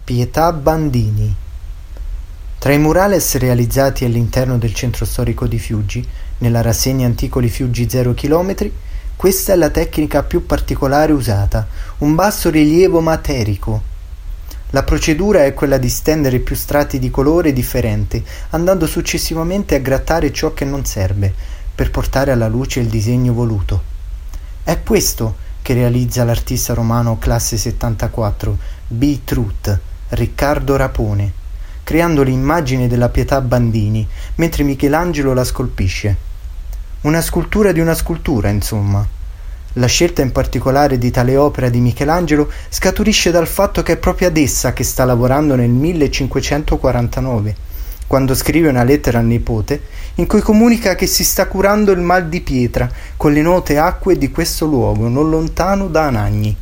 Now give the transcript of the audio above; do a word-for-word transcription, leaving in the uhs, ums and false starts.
Pietà Bandini. Tra i murales realizzati all'interno del centro storico di Fiuggi, nella rassegna Anticoli Fiuggi zero chilometri, questa è la tecnica più particolare usata, un basso rilievo materico. La procedura è quella di stendere più strati di colore differente, andando successivamente a grattare ciò che non serve, per portare alla luce il disegno voluto. È questo che realizza l'artista romano classe settantaquattro, B. Truth, Riccardo Rapone, creando l'immagine della Pietà Bandini, mentre Michelangelo la scolpisce. Una scultura di una scultura, insomma. La scelta in particolare di tale opera di Michelangelo scaturisce dal fatto che è proprio ad essa che sta lavorando nel millecinquecentoquarantanove, quando scrive una lettera al nipote in cui comunica che si sta curando il mal di pietra con le note acque di questo luogo non lontano da Anagni.